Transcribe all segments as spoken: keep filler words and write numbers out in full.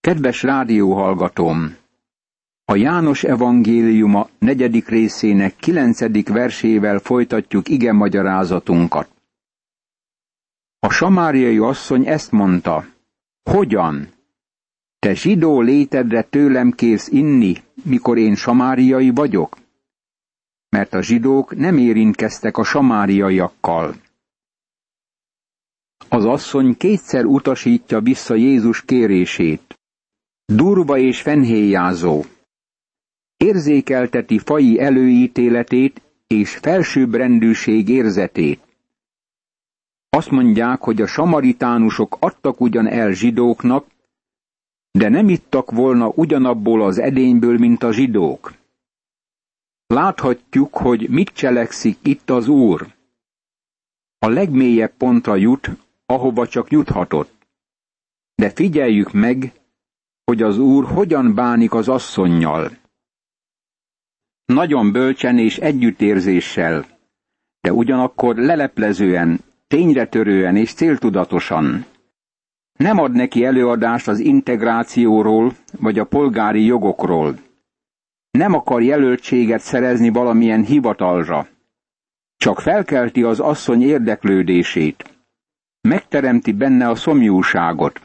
Kedves rádióhallgatóm! A János evangéliuma negyedik részének kilencedik versével folytatjuk igemagyarázatunkat. A samáriai asszony ezt mondta: Hogyan? Te zsidó létedre tőlem kérsz inni, mikor én samáriai vagyok? Mert a zsidók nem érintkeztek a samáriaiakkal. Az asszony kétszer utasítja vissza Jézus kérését. Durva és fennhéjázó. Érzékelteti faji előítéletét és felsőbbrendűség érzetét. Azt mondják, hogy a samaritánusok adtak ugyan el zsidóknak, de nem ittak volna ugyanabból az edényből, mint a zsidók. Láthatjuk, hogy mit cselekszik itt az Úr. A legmélyebb pontra jut, ahova csak juthatott. De figyeljük meg, hogy az Úr hogyan bánik az asszonnyal. Nagyon bölcsen és együttérzéssel, de ugyanakkor leleplezően, tényretörően és céltudatosan. Nem ad neki előadást az integrációról vagy a polgári jogokról. Nem akar jelöltséget szerezni valamilyen hivatalra. Csak felkelti az asszony érdeklődését. Megteremti benne a szomjúságot.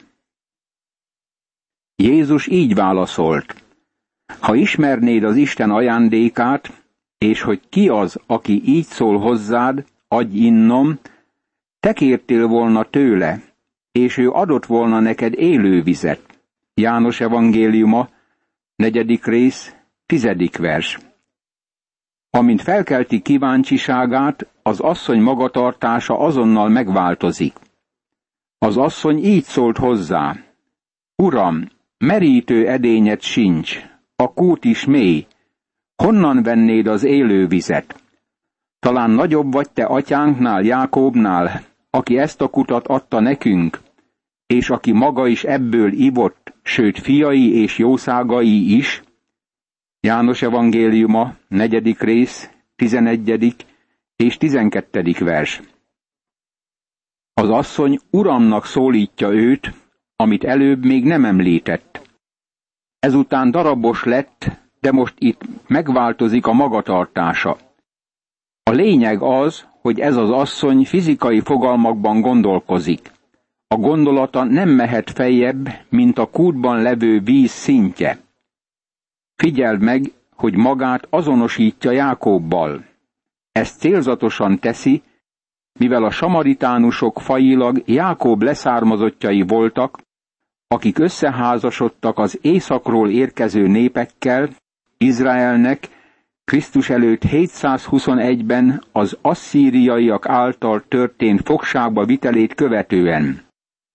Jézus így válaszolt: Ha ismernéd az Isten ajándékát, és hogy ki az, aki így szól hozzád, adj innom, te kértél volna tőle, és ő adott volna neked élő vizet. János evangéliuma, negyedik rész, tizedik vers. Amint felkelti kíváncsiságát, az asszony magatartása azonnal megváltozik. Az asszony így szólt hozzá: Uram, merítő edényed sincs, a kút is mély. Honnan vennéd az élő vizet? Talán nagyobb vagy te atyánknál, Jákóbnál, aki ezt a kutat adta nekünk, és aki maga is ebből ivott, sőt fiai és jószágai is. János evangéliuma, negyedik rész, tizenegyedik és tizenkettedik vers. Az asszony Uramnak szólítja őt, amit előbb még nem említett. Ezután darabos lett, de most itt megváltozik a magatartása. A lényeg az, hogy ez az asszony fizikai fogalmakban gondolkozik. A gondolata nem mehet feljebb, mint a kútban levő víz szintje. Figyeld meg, hogy magát azonosítja Jákóbbal. Ezt célzatosan teszi, mivel a samaritánusok fajilag Jákób leszármazottjai voltak, akik összeházasodtak az északról érkező népekkel, Izraelnek Krisztus előtt hétszázhuszonegyben az asszíriaiak által történt fogságba vitelét követően.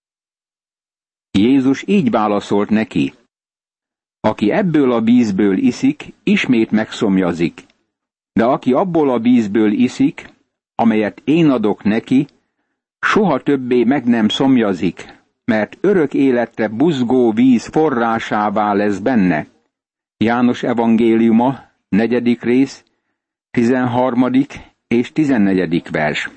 Jézus így válaszolt neki: Aki ebből a vízből iszik, ismét megszomjazik, de aki abból a vízből iszik, amelyet én adok neki, soha többé meg nem szomjazik, mert örök életre buzgó víz forrásává lesz benne. János evangéliuma, negyedik rész, tizenharmadik és tizennegyedik vers.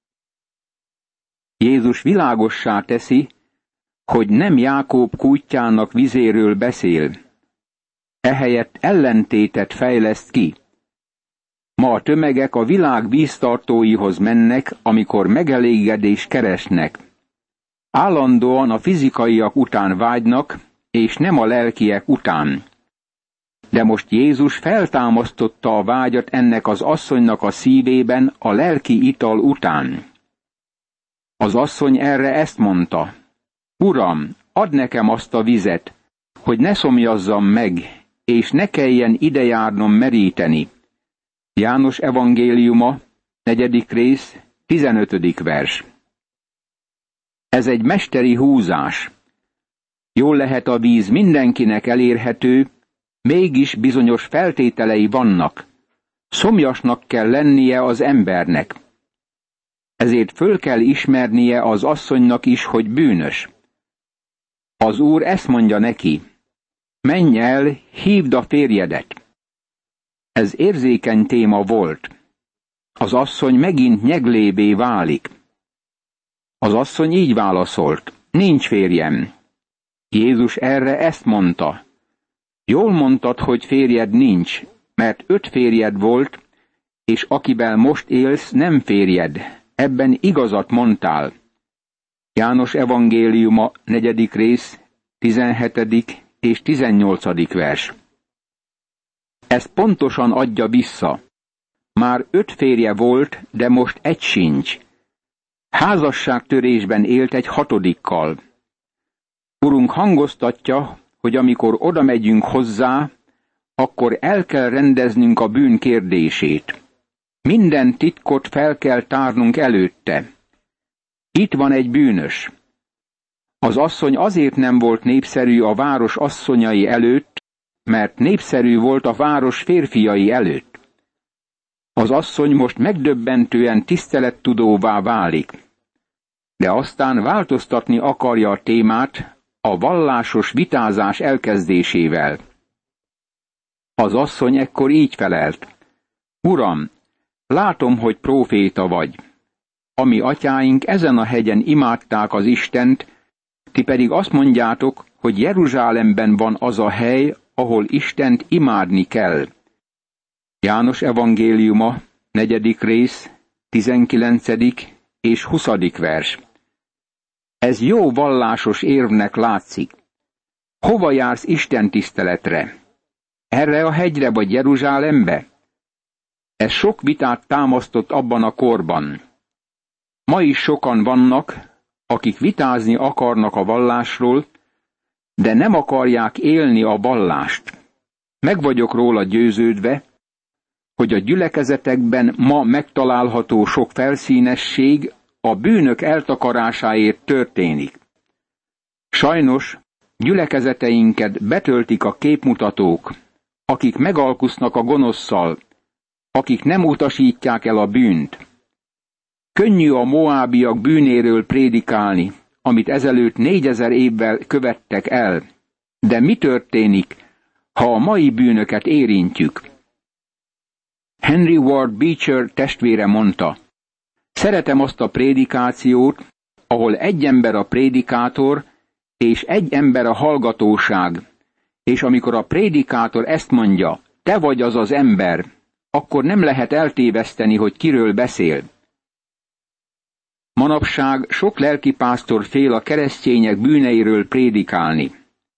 Jézus világossá teszi, hogy nem Jákób kútjának vizéről beszél. Ehelyett ellentétet fejleszt ki. Ma a tömegek a világ víztartóihoz mennek, amikor megelégedést keresnek. Állandóan a fizikaiak után vágynak, és nem a lelkiek után. De most Jézus feltámasztotta a vágyat ennek az asszonynak a szívében a lelki ital után. Az asszony erre ezt mondta: Uram, add nekem azt a vizet, hogy ne szomjazzam meg, és ne kelljen idejárnom meríteni. János evangéliuma, negyedik rész, tizenötödik vers. Ez egy mesteri húzás. Jól lehet a víz mindenkinek elérhető, mégis bizonyos feltételei vannak. Szomjasnak kell lennie az embernek. Ezért föl kell ismernie az asszonynak is, hogy bűnös. Az Úr ezt mondja neki: Menj el, hívd a férjedet. Ez érzékeny téma volt. Az asszony megint nyeglévé válik. Az asszony így válaszolt: Nincs férjem. Jézus erre ezt mondta: jól mondtad, hogy férjed nincs, mert öt férjed volt, és akivel most élsz, nem férjed. Ebben igazat mondtál. János evangéliuma, negyedik rész, tizenhetedik és tizennyolcadik vers. Ez pontosan adja vissza. Már öt férje volt, de most egy sincs. Házasságtörésben élt egy hatodikkal. Urunk hangoztatja, hogy amikor oda megyünk hozzá, akkor el kell rendeznünk a bűn kérdését. Minden titkot fel kell tárnunk előtte. Itt van egy bűnös. Az asszony azért nem volt népszerű a város asszonyai előtt, mert népszerű volt a város férfiai előtt. Az asszony most megdöbbentően tisztelettudóvá válik. De aztán változtatni akarja a témát a vallásos vitázás elkezdésével. Az asszony ekkor így felelt: Uram, látom, hogy próféta vagy. A mi atyáink ezen a hegyen imádták az Istent, ti pedig azt mondjátok, hogy Jeruzsálemben van az a hely, ahol Istent imádni kell. János evangéliuma, negyedik rész, tizenkilencedik és huszadik vers. Ez jó vallásos érvnek látszik. Hova jársz Isten tiszteletre? Erre a hegyre vagy Jeruzsálembe? Ez sok vitát támasztott abban a korban. Ma is sokan vannak, akik vitázni akarnak a vallásról, de nem akarják élni a vallást. Meg vagyok róla győződve, hogy a gyülekezetekben ma megtalálható sok felszínesség a bűnök eltakarásáért történik. Sajnos gyülekezeteinket betöltik a képmutatók, akik megalkusznak a gonosszal, akik nem utasítják el a bűnt. Könnyű a moábiak bűnéről prédikálni, amit ezelőtt négyezer évvel követtek el. De mi történik, ha a mai bűnöket érintjük? Henry Ward Beecher testvére mondta: szeretem azt a prédikációt, ahol egy ember a prédikátor, és egy ember a hallgatóság, és amikor a prédikátor ezt mondja, te vagy az az ember, akkor nem lehet eltéveszteni, hogy kiről beszél. Manapság sok lelkipásztor fél a keresztények bűneiről prédikálni.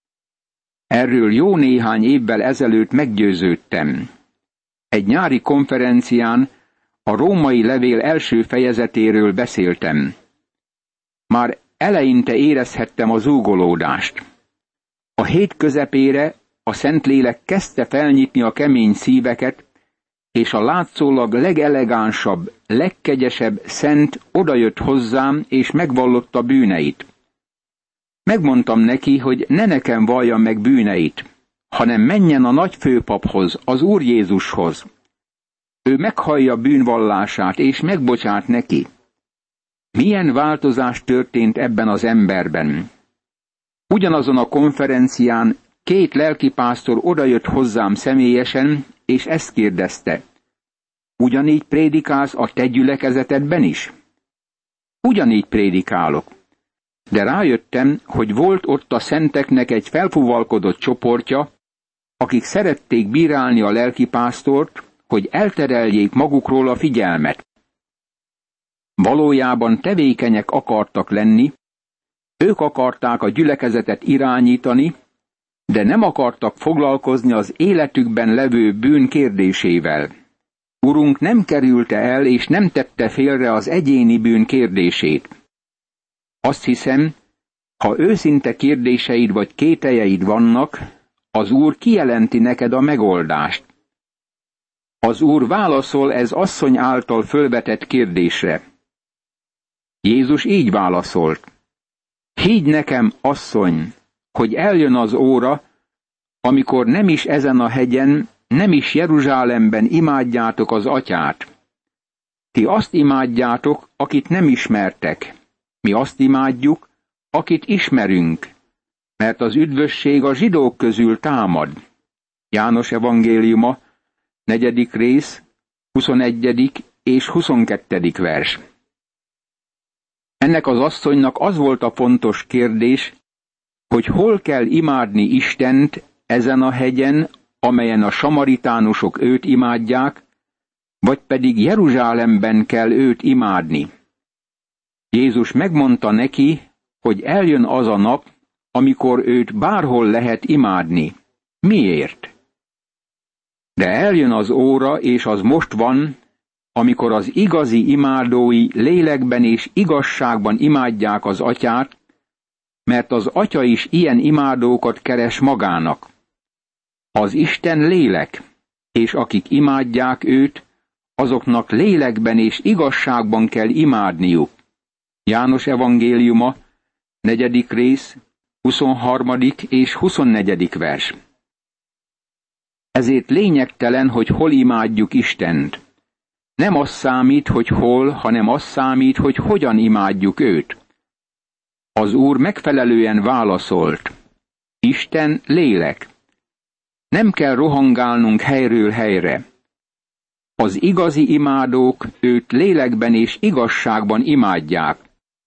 Erről jó néhány évvel ezelőtt meggyőződtem. Egy nyári konferencián a római levél első fejezetéről beszéltem. Már eleinte érezhettem a zúgolódást. A hét közepére a Szentlélek kezdte felnyitni a kemény szíveket, és a látszólag legelegánsabb, legkegyesebb szent odajött hozzám, és megvallotta bűneit. Megmondtam neki, hogy ne nekem vallja meg bűneit, hanem menjen a nagy főpaphoz, az Úr Jézushoz. Ő meghallja bűnvallását, és megbocsát neki. Milyen változás történt ebben az emberben? Ugyanazon a konferencián két lelkipásztor odajött hozzám személyesen, és ezt kérdezte: ugyanígy prédikálsz a te gyülekezetedben is? Ugyanígy prédikálok. De rájöttem, hogy volt ott a szenteknek egy felfuvalkodott csoportja, akik szerették bírálni a lelkipásztort, hogy eltereljék magukról a figyelmet. Valójában tevékenyek akartak lenni, ők akarták a gyülekezetet irányítani, de nem akartak foglalkozni az életükben levő bűn kérdésével. Urunk nem kerülte el és nem tette félre az egyéni bűn kérdését. Azt hiszem, ha őszinte kérdéseid vagy kételjeid vannak, az Úr kijelenti neked a megoldást. Az Úr válaszol ez asszony által fölvetett kérdésre. Jézus így válaszolt: higgy nekem, asszony, hogy eljön az óra, amikor nem is ezen a hegyen, nem is Jeruzsálemben imádjátok az Atyát. Ti azt imádjátok, akit nem ismertek. Mi azt imádjuk, akit ismerünk, mert az üdvösség a zsidók közül támad. János evangéliuma, negyedik rész, huszonegyedik és huszonkettedik vers. Ennek az asszonynak az volt a fontos kérdés, hogy hol kell imádni Istent ezen a hegyen, amelyen a samaritánusok őt imádják, vagy pedig Jeruzsálemben kell őt imádni. Jézus megmondta neki, hogy eljön az a nap, amikor őt bárhol lehet imádni. Miért? De eljön az óra, és az most van, amikor az igazi imádói lélekben és igazságban imádják az Atyát, mert az Atya is ilyen imádókat keres magának. Az Isten lélek, és akik imádják őt, azoknak lélekben és igazságban kell imádniuk. János evangéliuma, negyedik rész, huszonharmadik és huszonnegyedik vers. Ezért lényegtelen, hogy hol imádjuk Istent. Nem az számít, hogy hol, hanem az számít, hogy hogyan imádjuk őt. Az Úr megfelelően válaszolt. Isten lélek. Nem kell rohangálnunk helyről helyre. Az igazi imádók őt lélekben és igazságban imádják.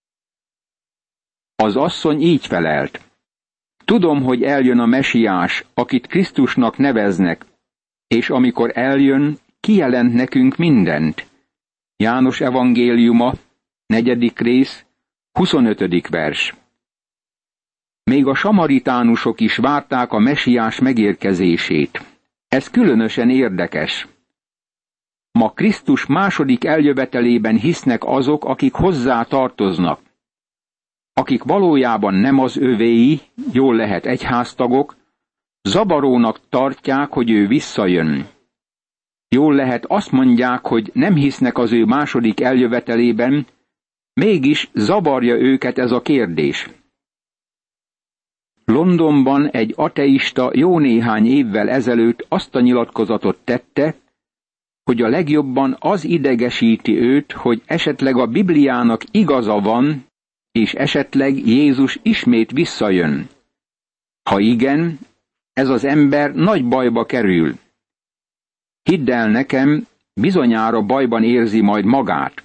Az asszony így felelt. Tudom, hogy eljön a Mesiás, akit Krisztusnak neveznek, és amikor eljön, kijelent nekünk mindent. János evangéliuma, negyedik rész, huszonötödik vers. Még a samaritánusok is várták a Mesiás megérkezését. Ez különösen érdekes. Ma Krisztus második eljövetelében hisznek azok, akik hozzá tartoznak. Akik valójában nem az övéi, jól lehet egyháztagok, zavarónak tartják, hogy ő visszajön. Jól lehet azt mondják, hogy nem hisznek az ő második eljövetelében, mégis zavarja őket ez a kérdés. Londonban egy ateista jó néhány évvel ezelőtt azt a nyilatkozatot tette, hogy a legjobban az idegesíti őt, hogy esetleg a Bibliának igaza van, és esetleg Jézus ismét visszajön. Ha igen, ez az ember nagy bajba kerül. Hidd el nekem, bizonyára bajban érzi majd magát.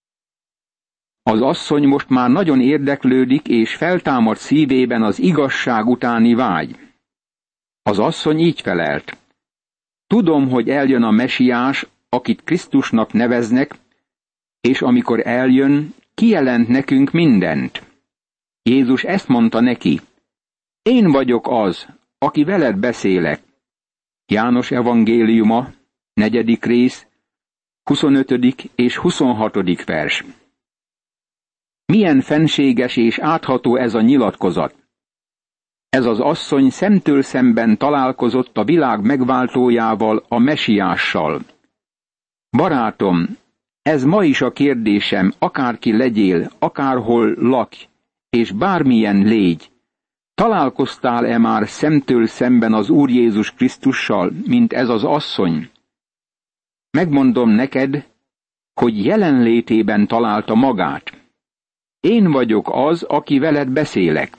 Az asszony most már nagyon érdeklődik, és feltámad szívében az igazság utáni vágy. Az asszony így felelt. Tudom, hogy eljön a Mesiás, akit Krisztusnak neveznek, és amikor eljön, kijelent nekünk mindent. Jézus ezt mondta neki. Én vagyok az, aki veled beszélek. János evangéliuma, negyedik rész, huszonötödik és huszonhatodik vers. Milyen fenséges és átható ez a nyilatkozat. Ez az asszony szemtől szemben találkozott a világ megváltójával, a Mesiással. Barátom, ez ma is a kérdésem, akárki legyél, akárhol lakj, és bármilyen légy. Találkoztál-e már szemtől szemben az Úr Jézus Krisztussal, mint ez az asszony? Megmondom neked, hogy jelenlétében találta magát. Én vagyok az, aki veled beszélek.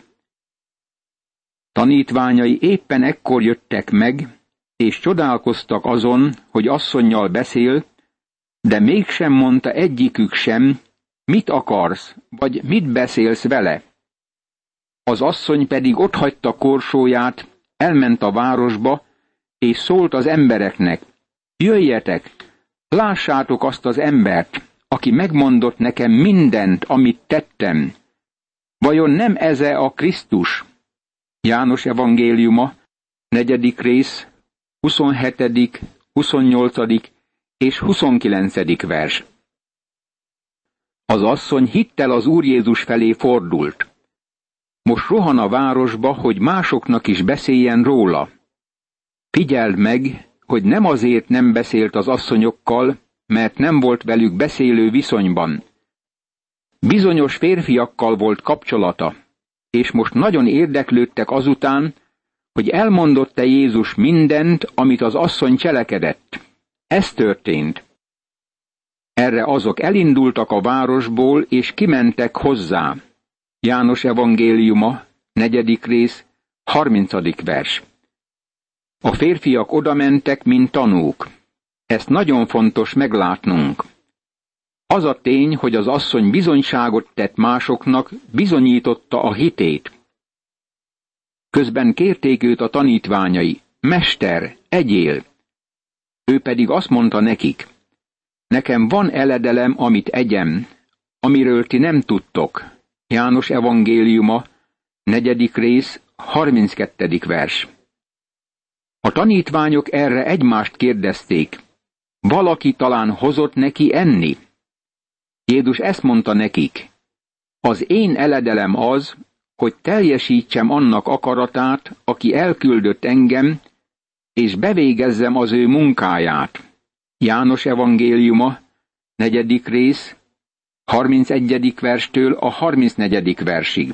Tanítványai éppen ekkor jöttek meg, és csodálkoztak azon, hogy asszonnyal beszél, de mégsem mondta egyikük sem, mit akarsz, vagy mit beszélsz vele. Az asszony pedig otthagyta korsóját, elment a városba, és szólt az embereknek, jöjjetek, lássátok azt az embert, aki megmondott nekem mindent, amit tettem. Vajon nem eze a Krisztus? János evangéliuma, negyedik rész, huszonhetedik, huszonnyolcadik és huszonkilencedik vers. Az asszony hittel az Úr Jézus felé fordult. Most rohan a városba, hogy másoknak is beszéljen róla. Figyeld meg, hogy nem azért nem beszélt az asszonyokkal, mert nem volt velük beszélő viszonyban. Bizonyos férfiakkal volt kapcsolata, és most nagyon érdeklődtek azután, hogy elmondott-e Jézus mindent, amit az asszony cselekedett. Ez történt. Erre azok elindultak a városból, és kimentek hozzá. János evangéliuma, negyedik rész, harmincadik vers. A férfiak odamentek, mint tanúk. Ezt nagyon fontos meglátnunk. Az a tény, hogy az asszony bizonyságot tett másoknak, bizonyította a hitét. Közben kérték őt a tanítványai, Mester, egyél! Ő pedig azt mondta nekik, nekem van eledelem, amit egyem, amiről ti nem tudtok. János evangéliuma, negyedik rész, harminckettedik vers. A tanítványok erre egymást kérdezték, valaki talán hozott neki enni? Jézus ezt mondta nekik, az én eledelem az, hogy teljesítsem annak akaratát, aki elküldött engem, és bevégezzem az ő munkáját. János evangéliuma, negyedik rész, harmincegyedik verstől a harmincnegyedik versig.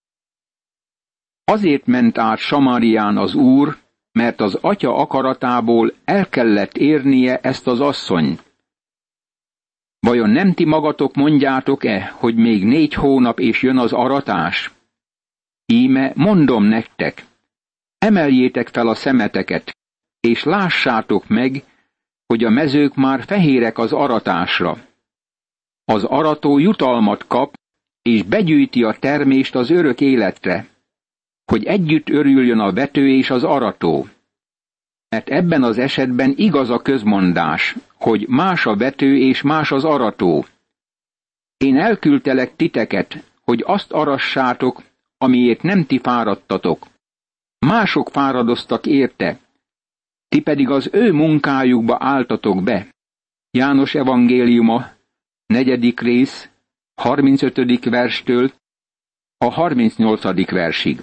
Azért ment át Samárián az Úr, mert az atya akaratából el kellett érnie ezt az asszonyt. Vajon nem ti magatok mondjátok-e, hogy még négy hónap és jön az aratás? Íme mondom nektek, emeljétek fel a szemeteket, és lássátok meg, hogy a mezők már fehérek az aratásra. Az arató jutalmat kap, és begyűjti a termést az örök életre, hogy együtt örüljön a vető és az arató. Mert ebben az esetben igaz a közmondás, hogy más a vető és más az arató. Én elküldtelek titeket, hogy azt arassátok, amiért nem ti fáradtatok. Mások fáradoztak érte, ti pedig az ő munkájukba álltatok be. János evangéliuma, negyedik rész, harmincötödik verstől a harmincnyolcadik versig.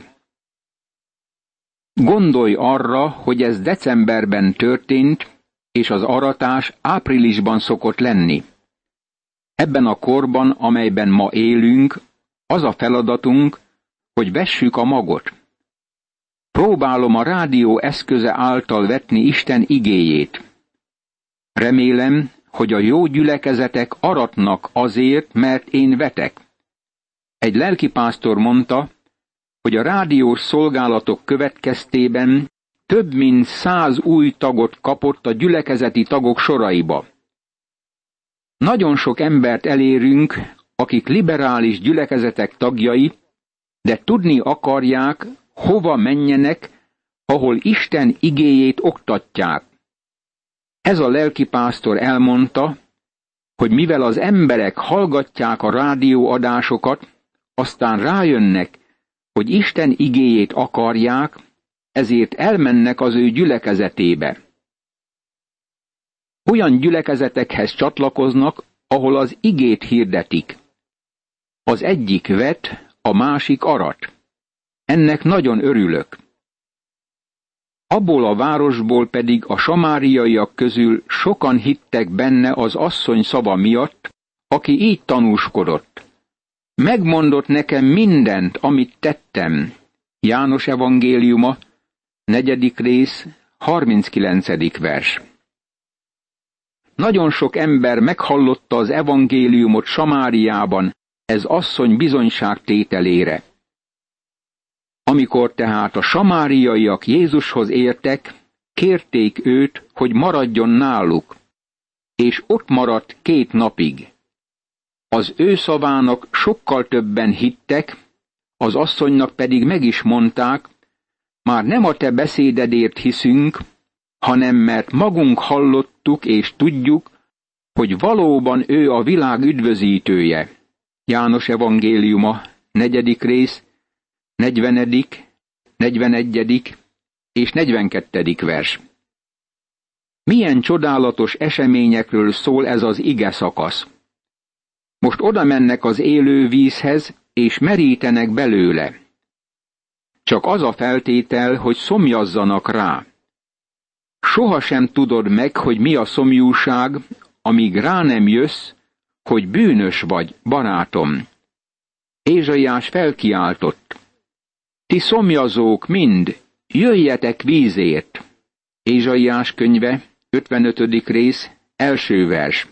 Gondolj arra, hogy ez decemberben történt, és az aratás áprilisban szokott lenni. Ebben a korban, amelyben ma élünk, az a feladatunk, hogy vessük a magot. Próbálom a rádió eszköze által vetni Isten igéjét. Remélem, hogy a jó gyülekezetek aratnak azért, mert én vetek. Egy lelkipásztor mondta, hogy a rádiós szolgálatok következtében több mint száz új tagot kapott a gyülekezeti tagok soraiba. Nagyon sok embert elérünk, akik liberális gyülekezetek tagjai, de tudni akarják, hova menjenek, ahol Isten igéjét oktatják. Ez a lelkipásztor elmondta, hogy mivel az emberek hallgatják a rádióadásokat, aztán rájönnek, hogy Isten igéjét akarják, ezért elmennek az ő gyülekezetébe. Olyan gyülekezetekhez csatlakoznak, ahol az igét hirdetik. Az egyik vet, a másik arat. Ennek nagyon örülök. Abból a városból pedig a samáriaiak közül sokan hittek benne az asszony szava miatt, aki így tanúskodott. Megmondott nekem mindent, amit tettem. János evangéliuma, negyedik rész, harminckilencedik vers. Nagyon sok ember meghallotta az evangéliumot Samáriában, ez asszony bizonyságtételére. Amikor tehát a samáriaiak Jézushoz értek, kérték őt, hogy maradjon náluk, és ott maradt két napig. Az ő szavának sokkal többen hittek, az asszonynak pedig meg is mondták, már nem a te beszédedért hiszünk, hanem mert magunk hallottuk és tudjuk, hogy valóban ő a világ üdvözítője. János evangéliuma, negyedik rész, negyvenedik, negyvenegyedik és negyvenkettedik vers. Milyen csodálatos eseményekről szól ez az ige szakasz. Most oda mennek az élő vízhez, és merítenek belőle. Csak az a feltétel, hogy szomjazzanak rá. Sohasem tudod meg, hogy mi a szomjúság, amíg rá nem jössz, hogy bűnös vagy, barátom. Ézsaiás felkiáltott. Ti szomjazók mind, jöjjetek vízért. Ézsaiás könyve, ötvenötödik rész, első vers.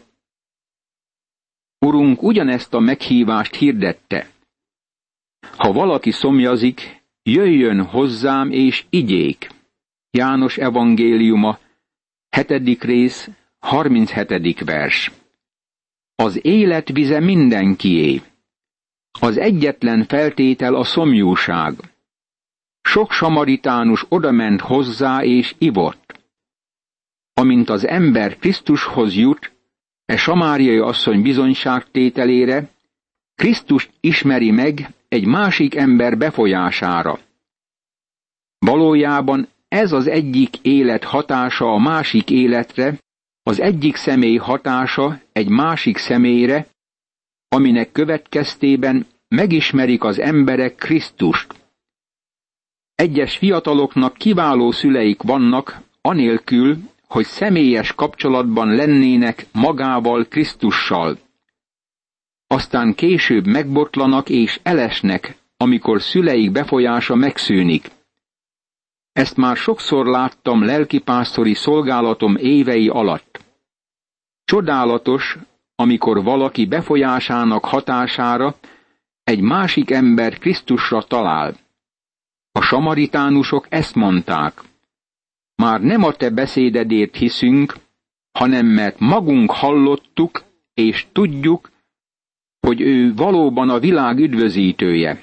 Urunk ugyanezt a meghívást hirdette. Ha valaki szomjazik, jöjjön hozzám és igyék. János evangéliuma, hetedik rész, harminchetedik vers. Az élet vize mindenkié. Az egyetlen feltétel a szomjúság. sok samaritánus odament hozzá és ivott. Amint az ember Krisztushoz jut, e samáriai asszony bizonyságtételére, Krisztust ismeri meg egy másik ember befolyására. Valójában ez az egyik élet hatása a másik életre, az egyik személy hatása egy másik személyre, aminek következtében megismerik az emberek Krisztust. Egyes fiataloknak kiváló szüleik vannak, anélkül, hogy személyes kapcsolatban lennének magával, Krisztussal. Aztán később megbotlanak és elesnek, amikor szüleik befolyása megszűnik. Ezt már sokszor láttam lelkipásztori szolgálatom évei alatt. Csodálatos, amikor valaki befolyásának hatására egy másik ember Krisztusra talál. A samaritánusok ezt mondták: már nem a te beszédedért hiszünk, hanem mert magunk hallottuk, és tudjuk, hogy ő valóban a világ üdvözítője.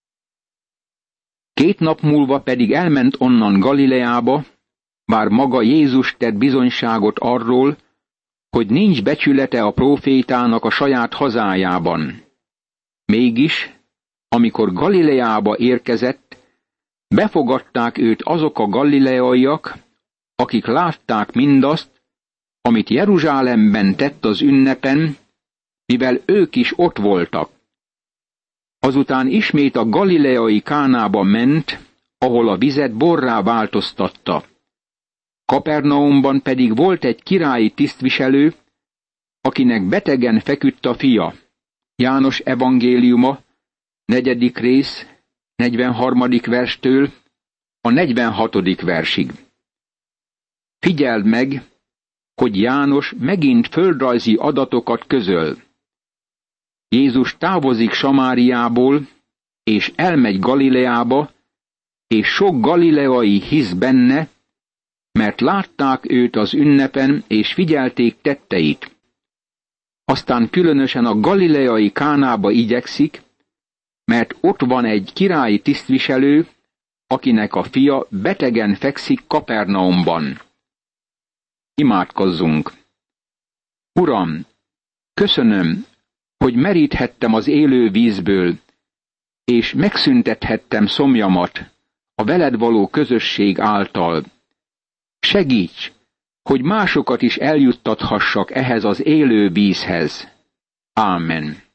Két nap múlva pedig elment onnan Galileába, bár maga Jézus tett bizonyságot arról, hogy nincs becsülete a prófétának a saját hazájában. Mégis, amikor Galileába érkezett, befogadták őt azok a galileaiak, akik látták mindazt, amit Jeruzsálemben tett az ünnepen, mivel ők is ott voltak. Azután ismét a galileai Kánába ment, ahol a vizet borrá változtatta. Kapernaumban pedig volt egy királyi tisztviselő, akinek betegen feküdt a fia. János evangéliuma, negyedik rész, negyvenharmadik verstől a negyvenhatodik versig. Figyeld meg, hogy János megint földrajzi adatokat közöl. Jézus távozik Samáriából, és elmegy Galileába, és sok galileai hisz benne, mert látták őt az ünnepen, és figyelték tetteit. Aztán különösen a galileai Kánába igyekszik, mert ott van egy királyi tisztviselő, akinek a fia betegen fekszik Kapernaumban. Imádkozzunk! Uram, köszönöm, hogy meríthettem az élő vízből, és megszüntethettem szomjamat a veled való közösség által. Segíts, hogy másokat is eljuttathassak ehhez az élő vízhez. Ámen.